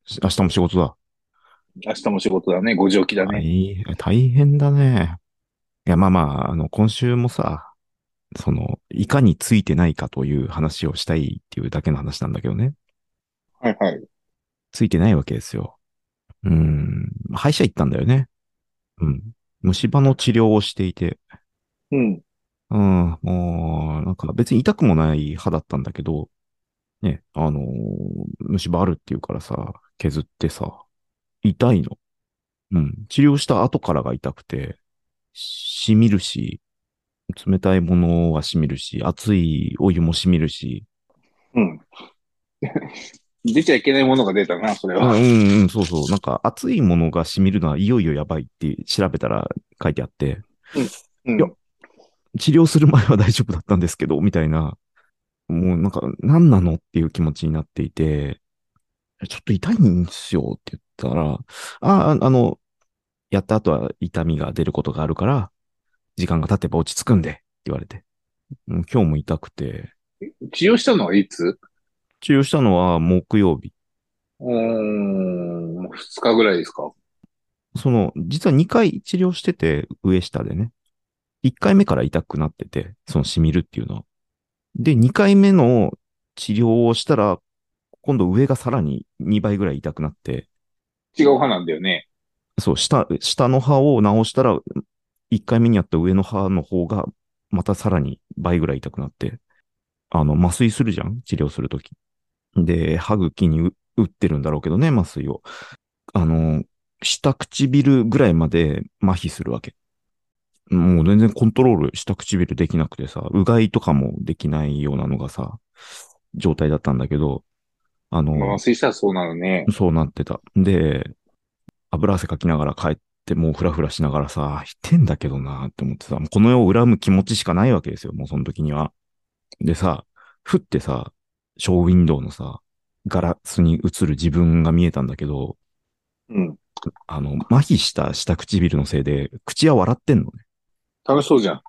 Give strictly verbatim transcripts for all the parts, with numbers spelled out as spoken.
明日も仕事だ。 明日も仕事だね。ごじ起きだね。 大、大変だね。いや、まあまあ、あの、今週もさ、その、いかについてないかという話をしたいっていうだけの話なんだけどね。 はいはい。 ついてないわけですよ。うーん。歯医者行ったんだよね。うん。虫歯の治療をしていて。 うん。 うん。もう、なんか別に痛くもない歯だったんだけど、ね、あのー虫歯あるっていうからさ、削ってさ、痛いの。うん。治療した後からが痛くて、染みるし、冷たいものは染みるし、熱いお湯も染みるし、 うん。出ちゃいけないものが出たな、それうんは。 うんうん、そうそう。なんか熱いものが染みるのはいよいよやばいって調べたら書いてあって、 うん。ういや、 ん。 治療する前は大丈夫だったんですけど、みたいな、もうなんか何なのっていう気持ちになっていて、ちょっと痛いんですよって言ったら、あ、ああの、やった後は痛みが出ることがあるから、時間が経てば落ち着くんで、って言われて。うん、今日も痛くて、 治療したのはいつ？ 治療したのは木曜日。 うーん、ふつかぐらいですか？ その、実はにかい治療してて、上下でね。いっかいめから痛くなってて、その染みるっていうのは。で、にかいめの治療をしたら、今度上がさらににばいぐらい痛くなって、 違う派なんだよね。 そう、下、下の歯を直したら、いっかいめにやった上の歯の方が、またさらに倍ぐらい痛くなって、あの、麻酔するじゃん治療するとき。で、歯茎にう打ってるんだろうけどね、麻酔を。あの、下唇ぐらいまで麻痺するわけ。もう全然コントロール下唇できなくてさ、うがいとかもできないようなのがさ、状態だったんだけど、あまあ、 の、 麻酔したらそうなるね。 そうなってた。で、油汗かきながら帰って、もうフラフラしながらさ、言ってんだけどなって思ってさ、この世を恨む気持ちしかないわけですよ、もうその時には。でさ、ふってさ、ショーウィンドウのさ、ガラスに映る自分が見えたんだけど、 うん。 あの、麻痺した下唇のせいで、口は笑ってんのね。 楽しそうじゃん。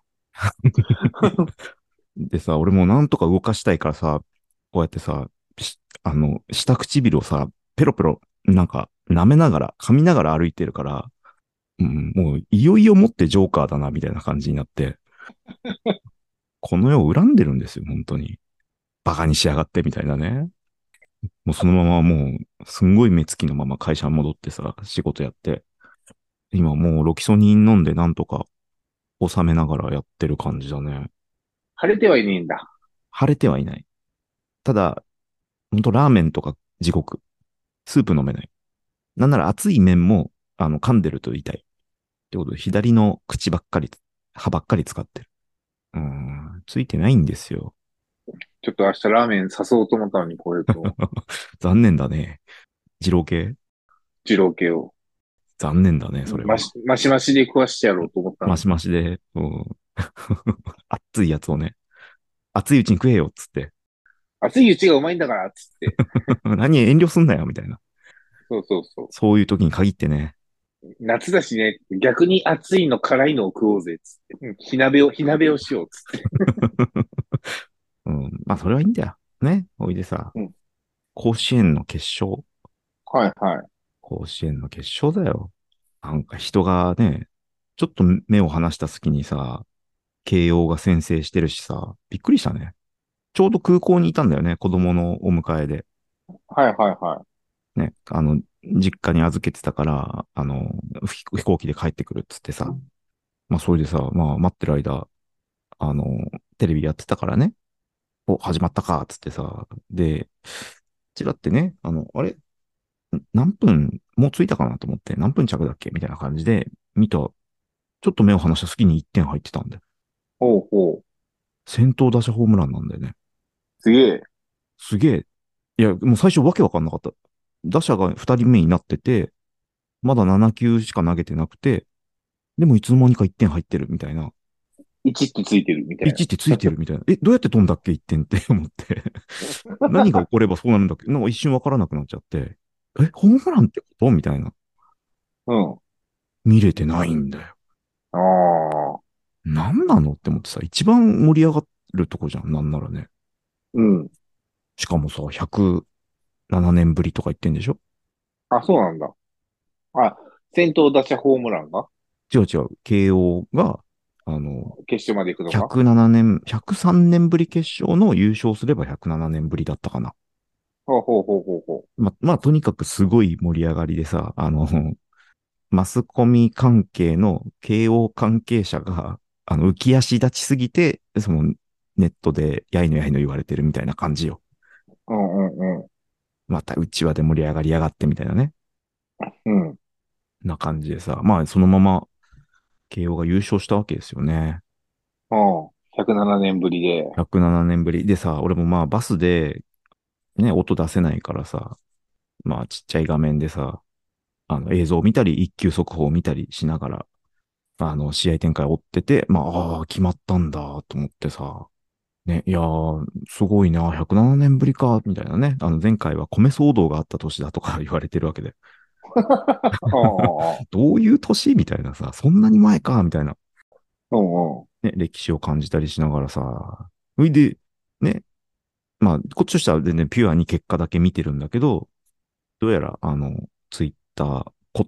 でさ、俺もなんとか動かしたいからさ、こうやってさ、しあの、下唇をさ、ペロペロ、なんか、舐めながら、噛みながら歩いてるから、うん、もう、いよいよもってジョーカーだな、みたいな感じになって、この世を恨んでるんですよ、本当に。バカにしやがって、みたいなね。もうそのままもう、すんごい目つきのまま会社に戻ってさ、仕事やって、今もうロキソニン飲んでなんとか収めながらやってる感じだね。 晴れてはいねえんだ。 腫れてはいない。ただ、ほんとラーメンとか地獄。スープ飲めない。なんなら熱い麺も、あの、噛んでると痛い。ってことで、左の口ばっかり、歯ばっかり使ってる。うーん、ついてないんですよ。 ちょっと明日ラーメン誘おうと思ったのに、これと、 残念だね。二郎系二郎系を。 残念だね、それは。 マシ、マシマシで食わしてやろうと思ったのに。 マシマシで、うん、熱いやつをね、熱いうちに食えよ、っつって。 熱いうちがうまいんだから、つって。 何遠慮すんなよ、みたいな。 そうそうそそういう時に限ってね。 う。夏だしね、逆に熱いの辛いのを食おうぜ、つって。うん、火鍋を、火鍋をしよう、つって。 うん、まあ、それはいいんだよ。ね。おいでさ、 うん。 甲子園の決勝。 はいはい。 甲子園の決勝だよ。なんか人がね、ちょっと目を離した隙にさ、慶応が先制してるしさ、びっくりしたね。ちょうど空港にいたんだよね、子供のお迎えで。 はいはいはね、あの、実家に預けてたから、あの、飛飛行機で帰ってくるっつってさ。まあ、それでさ、まあ、待ってる間、あの、テレビやってたからね、お、始まったか、っつってさ。で、ちらってね、あの、あれ何分、もう着いたかなと思って、何分着だっけみたいな感じで、見た、ちょっと目を離した隙にいってん入ってたんで。 い。ほうほう。 先頭打者ホームランなんだよね。 すげえ。 すげえ。いや、もう最初わけわかんなかった。打者がふたりめになってて、まだなな球しか投げてなくて、でもいつの間にかいってん入ってるみたいな。 いちってついてるみたいいちってついてるみたいな。え、どうやって飛んだっけ いってん って思って何が起こればそうなるんだっけなんか一瞬わからなくなっちゃって。え、ホームランってことみたいな。 な。うん。 見れてないんだよ。 ああ。 何なのって思ってさ、一番盛り上がるとこじゃん。なんならね。 うん。 しかもさ、ひゃくななねんぶりとか言ってんでしょ？ あ、そうなんだ。あ、先頭打者ホームランが違う違う。慶応が、あの、 決勝まで行くのがひゃくななねん、ひゃくさんねんぶり決勝の優勝すればひゃくななねんぶりだったかな。 ほうほうほうほうほま、まあ、とにかくすごい盛り上がりでさ、あの、マスコミ関係の慶応関係者が、あの、浮き足立ちすぎて、その、ネットでやいのやいの言われてるみたいな感じよ。 う。うんうんうん。 また、うちわで盛り上がりやがってみたいなね。 うん。 な感じでさ、まあ、そのまま慶応が優勝したわけですよね。 うん。ひゃくななねんぶりで。 ひゃくななねんぶり。でさ、俺もまあ、バスで、ね、音出せないからさ、まあ、ちっちゃい画面でさ、あの、映像を見たり、一級速報を見たりしながら、あの、試合展開を追ってて、まあ、ああ、決まったんだ、と思ってさ、ね、いやー、すごいな、ひゃくななねんぶりか、みたいなね。あの、前回は米騒動があった年だとか言われてるわけで。 うんどういう年みたいなさ、そんなに前か、みたいな、 うんうん。 ね、歴史を感じたりしながらさ、そいで、ね、まあ、こっちとしては全然ピュアに結果だけ見てるんだけど、どうやら、あの、ツイッターこと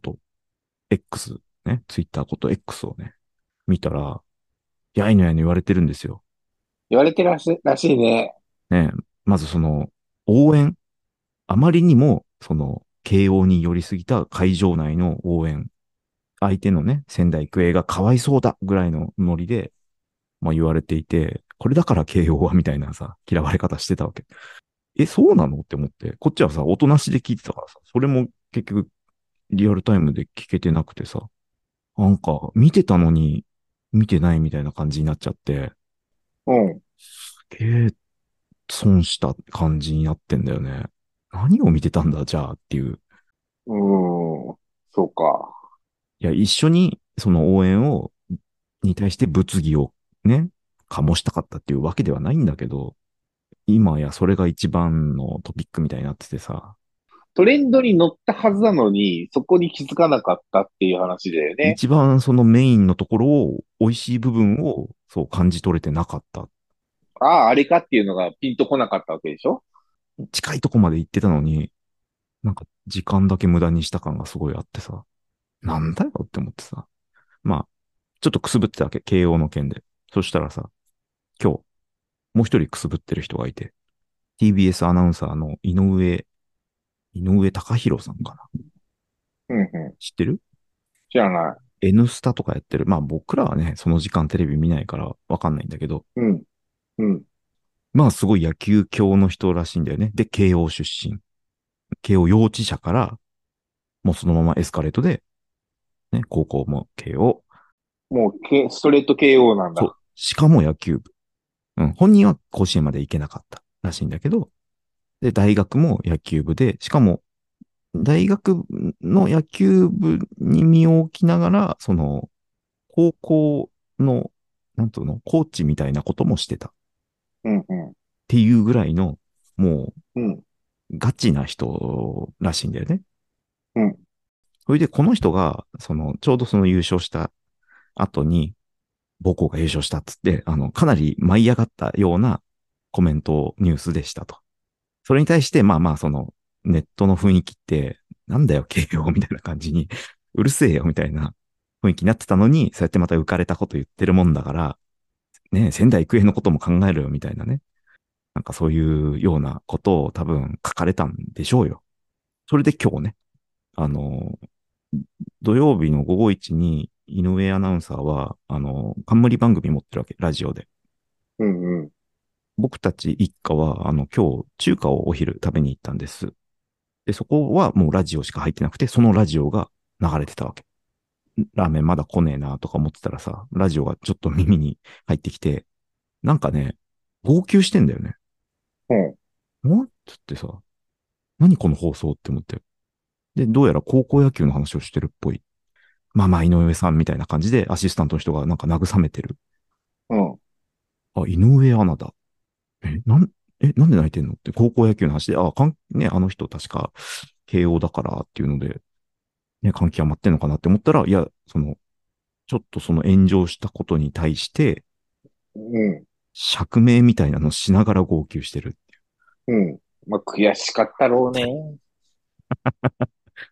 X、ね、ツイッターこと X をね、見たら、やいのやいの言われてるんですよ。 言われてらし、らしいね。 ね、まずその、応援、あまりにも、その、慶応に寄りすぎた会場内の応援、相手のね、仙台育英がかわいそうだぐらいのノリで、まあ言われていて、これだから慶応はみたいなさ、嫌われ方してたわけ。え、そうなのって思って、こっちはさ、おとなしで聞いてたからさ、それも結局リアルタイムで聞けてなくてさ、なんか見てたのに見てないみたいな感じになっちゃって、 うん。 すげえ損した感じになってんだよね。何を見てたんだ、じゃあっていう。 うーん。そうか。 いや、一緒にその応援を、に対して物議をね、醸したかったっていうわけではないんだけど、今やそれが一番のトピックみたいになっててさ、 トレンドに乗ったはずなのに、そこに気づかなかったっていう話だよね。 一番そのメインのところを、美味しい部分をそう感じ取れてなかった。 ああ、あれかっていうのがピンとこなかったわけでしょ？ 近いとこまで行ってたのに、なんか時間だけ無駄にした感がすごいあってさ、なんだよって思ってさ。まあ、ちょっとくすぶってたわけ、慶応の件で。そしたらさ、今日、もう一人くすぶってる人がいて、ティービーエス アナウンサーの井上、井上貴博さんかな。 うんうん。 知ってる？ 知らない。 N スタとかやってる。まあ僕らはね、その時間テレビ見ないからわかんないんだけど、 うん。うん。 まあすごい野球教の人らしいんだよね。で、慶応出身。慶応幼稚舎から、もうそのままエスカレートで、ね、高校も慶応。 もうけ、ストレート ケーオー なんそう。 だ。 しかも野球部。うん。本人は甲子園まで行けなかったらしいんだけど、で、大学も野球部で、しかも、大学の野球部に身を置きながら、その、高校の、なんとの、コーチみたいなこともしてたっうんうていうぐらいの、もん。うん。 う、ガチな人らしいんだよね。 うん。 それで、この人が、その、ちょうどその優勝した後に、母校が優勝したっつって、あの、かなり舞い上がったようなコメントニュースでしたと。それに対して、まあまあ、その、ネットの雰囲気って、なんだよ、慶応みたいな感じに、うるせえよ、みたいな雰囲気になってたのに、そうやってまた浮かれたこと言ってるもんだから、ね、仙台育英のことも考えろよ、みたいなね。なんかそういうようなことを多分書かれたんでしょうよ。それで今日ね、あの、土曜日の午後一に井上アナウンサーは、あの、冠番組持ってるわけ、ラジオで。 うんうん。 僕たち一家は、あの、今日中華をお昼食べに行ったんです。で、そこはもうラジオしか入ってなくて、そのラジオが流れてたわけ。ラーメンまだ来ねえなとか思ってたらさ、ラジオがちょっと耳に入ってきて、なんかね、号泣してんだよね。 うん。 んつってさ、何この放送って思って。で、どうやら高校野球の話をしてるっぽい。まあまあ、井上さんみたいな感じで、アシスタントの人がなんか慰めてる。 うん。 あ、井上アナだ。え、なん、え、なんで泣いてんのって高校野球の話で、あ、かん、ね、あの人確か慶応だからっていうので、ね、感極まってんのかなって思ったら、いや、その、ちょっとその炎上したことに対して、 うん。 釈明みたいなのをしながら号泣してる。 うん。まあ、悔しかったろうね。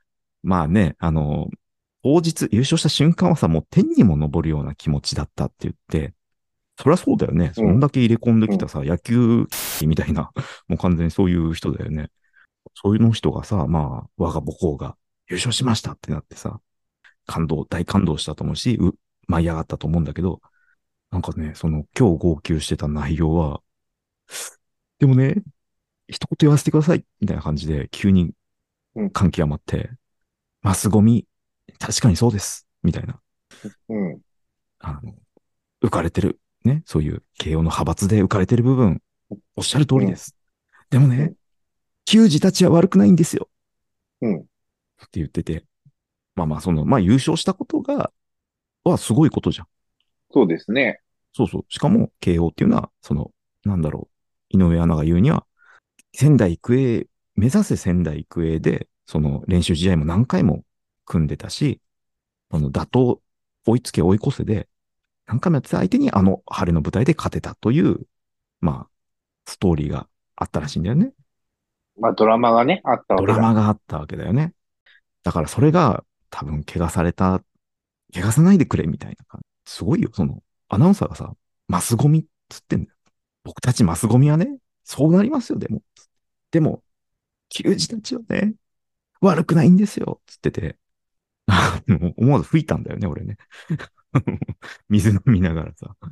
まあね、あの、当日優勝した瞬間はさ、もう天にも昇るような気持ちだったって言って、そりゃそうだよね。そんうん、 だけ入れ込んでうん、 きたさ、野球みたいな、もう完全にそういう人だよね。そういうの人がさ、まあ、我が母校が優勝しましたってなってさ、感動、大感動したと思うし、う、舞い上がったと思うんだけど、なんかね、その今日号泣してた内容は、でもね、一言言わせてください、みたいな感じで、急にうん、 感極まって、マスゴミ、確かにそうです、みたいな。 うん、 あの、浮かれてる。ね、そういう慶応の派閥で浮かれてる部分、おっしゃる通うん、 りです。でもね、 うん、 球児たちは悪くないんですよ。 うん。 って言ってて。まあまあ、その、まあ優勝したことが、はすごいことじゃん。 そうですね。 そうそう。しかも、慶応っていうのは、その、なんだろう。井上アナが言うには、仙台育英、目指せ仙台育英で、その練習試合も何回も組んでたし、あの、打倒、追いつけ追い越せで、何回もやってた相手にあの晴れの舞台で勝てたという、まあ、ストーリーがあったらしいんだよね。 まあ、ドラマがね、あったわドラけだ。 マがあったわけだよね。だからそれが多分怪我された、怪我さないでくれみたいな感じ。すごいよ、その、アナウンサーがさ、マスゴミっつってんだよ。僕たちマスゴミはね、そうなりますよ、でも。でも、球児たちはね、悪くないんですよ、つってて。思わず吹いたんだよね、俺ね。水飲みながらさ。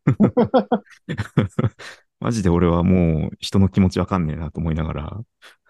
マジで俺はもう人の気持ちわかんねえなと思いながら、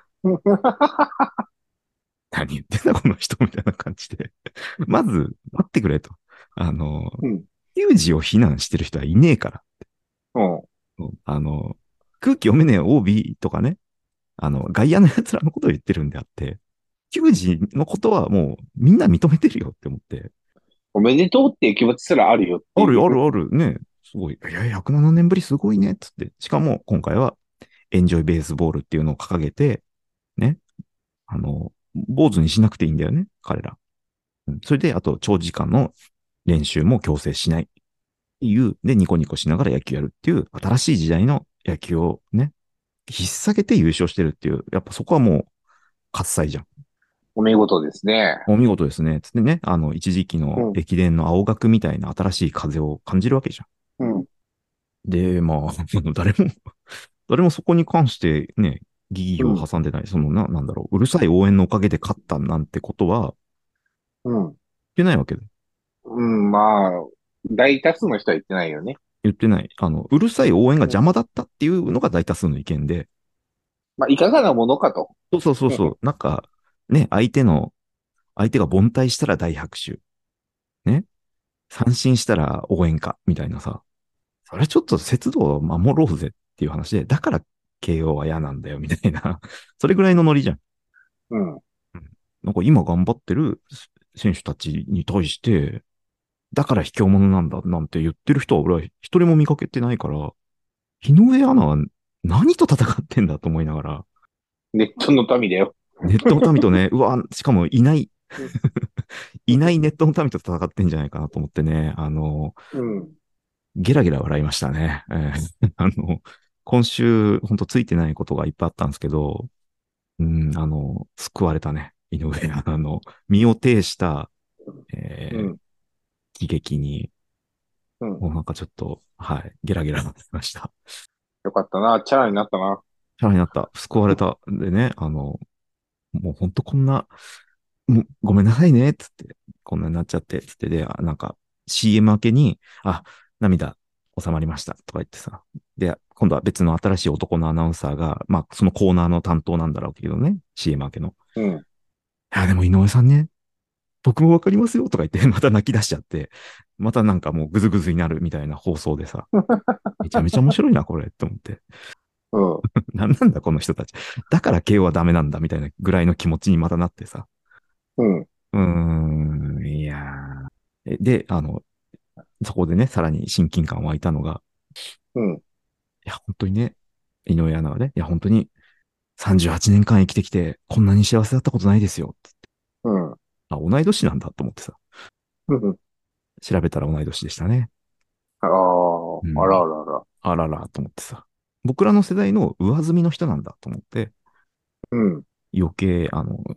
何言ってんだこの人みたいな感じで。まず、待ってくれと。あの、 うん、 球児を非難してる人はいねえから。 うん。 あの、空気読めねえ オービー とかね、あの、外野の奴らのことを言ってるんであって、球児のことはもうみんな認めてるよって思って、 おめでとうっていう気持ちすらあるよってあるいう。 あるあるね、すごい、いや、ひゃくななねんぶりすごいね、つって。しかも今回はエンジョイベースボールっていうのを掲げて、ね、あの、坊主にしなくていいんだよね、彼ら。うん、それで、あと長時間の練習も強制しない。いう、で、ニコニコしながら野球やるっていう、新しい時代の野球をね、引っ提げて優勝してるっていう、やっぱそこはもう、喝采じゃん。 お見事ですね。 お見事ですね。つってね、あの、一時期のうん、 駅伝の青学みたいな新しい風を感じるわけじゃん。 うん、 で、まあ、誰も、誰もそこに関してね、疑義をうん、 挟んでない、そのな、なんだろう、うるさい応援のおかげで勝ったなんてことはうん。 言ってないわけで。 うん、まあ、大多数の人は言ってないよね。 言ってない。あの、うるさい応援がうん。 邪魔だったっていうのが大多数の意見で、 まあ、いかがなものかと。 そうそうそうそう、なんか、ね、相手の相手が凡退したら大拍手。ね。三振したら応援歌。みたいなさ。それちょっと節度を守ろうぜっていう話で、だから慶応は嫌なんだよ、みたいな。それぐらいのノリじゃん。 うん。 うん、なんか今頑張ってる選手たちに対して、だから卑怯者なんだなんて言ってる人は俺は一人も見かけてないから、井上アナは何と戦ってんだと思いながら、 ネットの民だよ。 ネットの民とね、うわ、しかもいない、 うん。 いないネットの民と戦ってんじゃないかなと思ってね、あの、 うん。 ゲラゲラ笑いましたね。えーあの、今週、ほんとついてないことがいっぱいあったんですけど、うん、あの、救われたね。井上あの、身を挺した、えー、 うん。 喜劇に、 うん。 もうなんかちょっと、はい、ゲラゲラなってました。 よかったな。チャラになったな。 チャラになった。救われた。でね、あの、もうほんとこんな、もうごめんなさいね、つって、こんなになっちゃって、つって、で、あなんか、シーエム 明けに、あ、涙収まりました、とか言ってさ。で、今度は別の新しい男のアナウンサーが、まあ、そのコーナーの担当なんだろうけどね、シーエム 明けの。 うん。 いや、でも井上さんね、僕もわかりますよ、とか言って、また泣き出しちゃって、またなんかもうグズグズになるみたいな放送でさ、めちゃめちゃ面白いな、これ、と思って。 うん。 なんなんだ、この人たち。だから ケーオー はダメなんだ、みたいなぐらいの気持ちにまたなってさ。 うん。 うーん、いやー。で、あの、そこでね、さらに親近感湧いたのが、 うん。 いや、本当にね、井上アナがね、いや、本当にさんじゅうはちねんかん生きてきて、こんなに幸せだったことないですよ。 うん。 あ、同い年なんだと思ってさ、 うん。 調べたら同い年でしたね。 ああ、あらうん。 あらあら。 あららと思ってさ、僕らの世代の上積みの人なんだと思って、 うん。 余計、あの、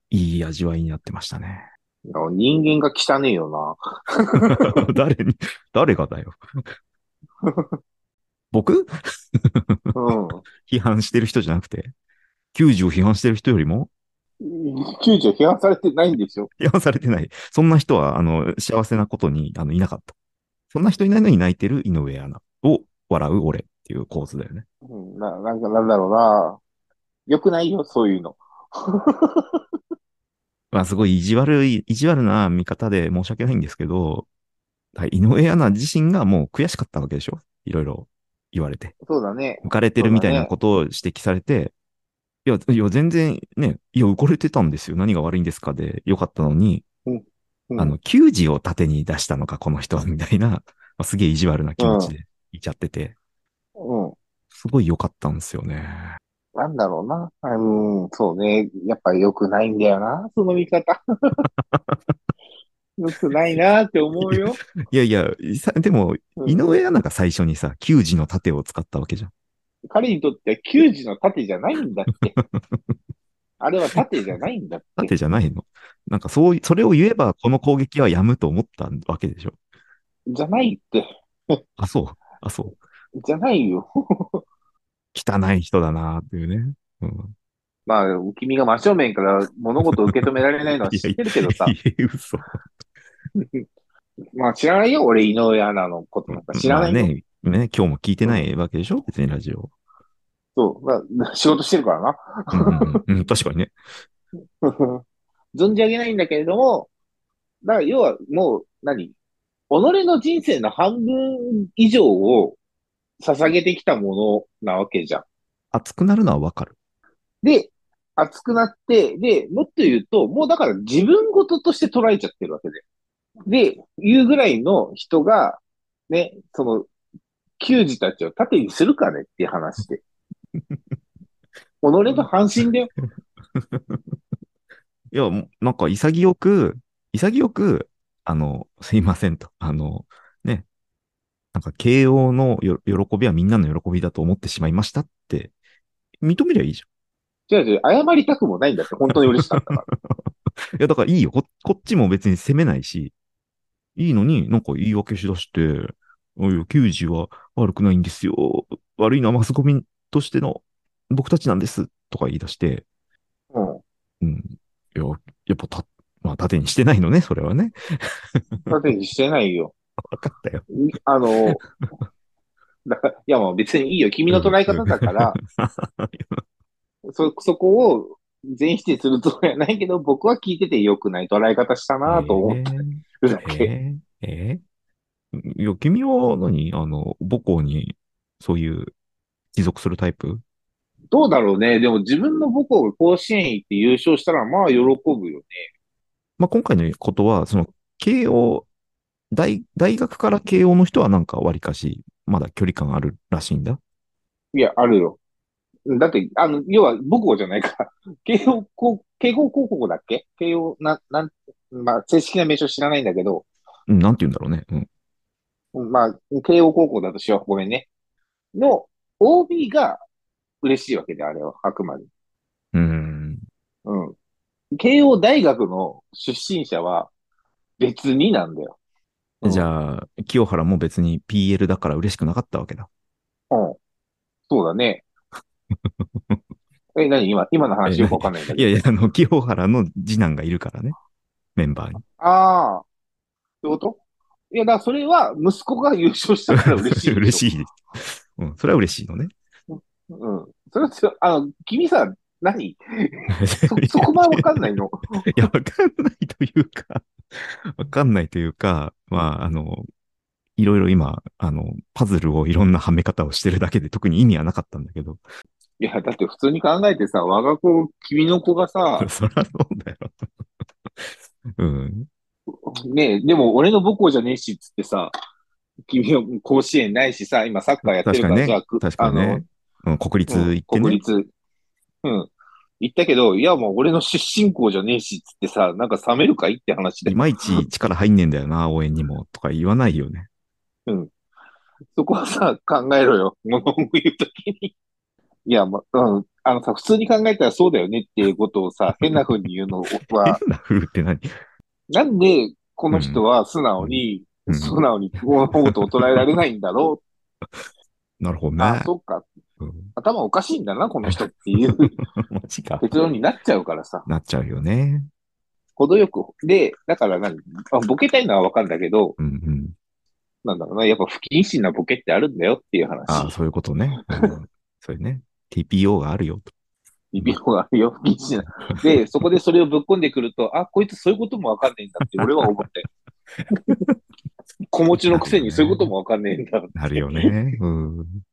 いい味わいになってましたね。 人間が汚ねえよ誰に、誰がだよ。僕な。うん。 批判してる人じゃなくて、きゅうじを批判してる人よりもきゅうじゅう批判されてないんでしょ？ 批判されてない。そんな人は、あの、幸せなことに、あの、いなかった。そんな人いないのに泣いてる井上アナを笑う俺っていう構図だよね。 うん、な、なんかなんだろうな。よくないよ、そういうの。 まあ、すごい意地悪い、意地悪な見方で申し訳ないんですけど、井上アナ自身がもう悔しかったわけでしょ、いろいろ言われて。 そうだね。 浮かれてるみたいなそうだね。 ことを指摘されて、いや、いや、全然ね、いや、浮かれてたんですよ。何が悪いんですかでよかったのに、 うん。うあの、 ん。 給仕を盾に出したのか、この人は、みたいな、まあ、すげえ意地悪なうん。 気持ちでいちゃってて、 うん。 すごい良かったんですよね。 なんだろうな。うん、そうね。やっぱ良くないんだよな、その見方。良くないなって思うよ。 いやいや、さでも、井うん。 上アナが最初にさ、給仕の盾を使ったわけじゃん。 彼にとっては球児の盾じゃないんだって。あれは盾じゃないんだって。 盾じゃないの。なんかそう、それを言えば、この攻撃はやむと思ったわけでしょ。 じゃないって。 あ、そう。あ、そう。 じゃないよ。 汚い人だなっていうね。うん、 まあ、君が真正面から物事を受け止められないのはいやい知ってるけどさ。 や、嘘。 まあ知らないよ。俺、井上アナのことなんかうん知らないよ。 まあね、ね、今日も聞いてうん。 ないわけでしょ別にラジオ。 そう。まあ、仕事してるからな。 うんうんうんうん、確かにね。 存じ上げないんだけれども、だから要はもう何、己の人生の半分以上を捧げてきたものなわけじゃん。 熱くなるのはわかる。 で、熱くなって、で、もっと言うと、もうだから自分事として捉えちゃってるわけで。で、いうぐらいの人が、ね、その、球児たちを盾にするかねっていう話で。己の半身だよ。 いや、もうなんか潔く、潔く、あの、すいませんと。あの、ね、なんか慶応のよ喜びはみんなの喜びだと思ってしまいましたって認めりゃいいじ違う違う、謝りたくもないんだって、本当に嬉しかったから。 ゃん。いや、だからいいよ。こ、こっちも別に責めないし、いいのになんか言い訳しだして、いや、球児は悪くないんですよ。悪いのはマスコミとしての僕たちなんです。とか言い出して、 うん。 うん。いや、やっぱた、まあ、盾にしてないのね、それはね。 盾にしてないよ。 わかったよ。 あの、だから、いやもう別にいいよ。君うん、 の捉えうん。 方だから、そ、そこを全否定するつもりはないけど、僕は聞いてて良くない捉え方したなと思っえてるだえけ。 ええええいや、君は何あの、母校にそういう帰属するタイプ？ どうだろうね。でも自分の母校が甲子園行って優勝したら、まあ喜ぶよね。 まあ、今回のことは、その、慶応、大、大学から慶応の人はなんか割かし、まだ距離感あるらしいんだ。 いや、あるよ。だって、あの、要は母校じゃないから。慶応高、慶応高校だっけ慶応、な、なん、まあ、正式な名称知らないんだけど、 うん、なんて言うんだろうね。うん。 まあ、慶応高校だとしよう。ごめんね。の オービー が嬉しいわけで、あれは、あくまで。 うーん。 うん。慶応大学の出身者は別になんだよ。うん。 じゃあ、清原も別に ピーエル だから嬉しくなかったわけだ。 うん。そうだね。え、何今、今のえ、 話よくわなにかんないんだけど。 いやいや、あの、清原の次男がいるからね。メンバーに。 ああ、そういうこといや、だからそれは息子が優勝したから嬉しいでしょ。 嬉しいです。うん、それは嬉しいのね。 うん。それはちょ、あの、君さ、何そ、そこまでわかんないの？ いや、わかんないというか、わかんないというか、まあ、あの、いろいろ今、あの、パズルをいろんなはめ方をしてるだけで特に意味はなかったんだけど、 いや、だって普通に考えてさ、我が子、君の子がさ、 そりゃそうだよ。うん。 ねえ、でも俺の母校じゃねえし、つってさ、君は甲子園ないしさ、今サッカーやってるから、じゃ確かにね、 あ、く、あの、 確かにね。うん、国立うん、 行ってね。 国立、うん、行ったけど、いやもう俺の出身校じゃねえし、つってさ、なんか冷めるかいって話だよ。 いまいち力入んねえんだよな、応援にも、とか言わないよね。 うん。そこはさ、考えろよ。物を言うときに。 いや、ま、うん、あのさ、普通に考えたらそうだよねっていうことをさ、変な風に言うのは、 変な風って何？ なんでこの人うん。 は素うん。 直に、 うん。 素直に物事を捉えられないんだろう。 なるほどああ、 ね。 そうか。 うん。 頭おかしいんだな、この人っていうマジか。 結論になっちゃうからさ。 なっちゃうよね。 程よく。で、だから何あボケたいのはわかるんだけど、 うんうん。 なんだろうな、やっぱ不謹慎なボケってあるんだよっていうああ、 話。 そういうことね。うん。そういうね。ティーピーオー があるよと。うビビん。 るがあるよ、不謹慎な。で、そこでそれをぶっ込んでくると、あ、こいつそういうこともわかんねえんだって俺は思って。子持ちのくせなるよね。 にそういうこともわかんねえんだっなるて。 よね。うん。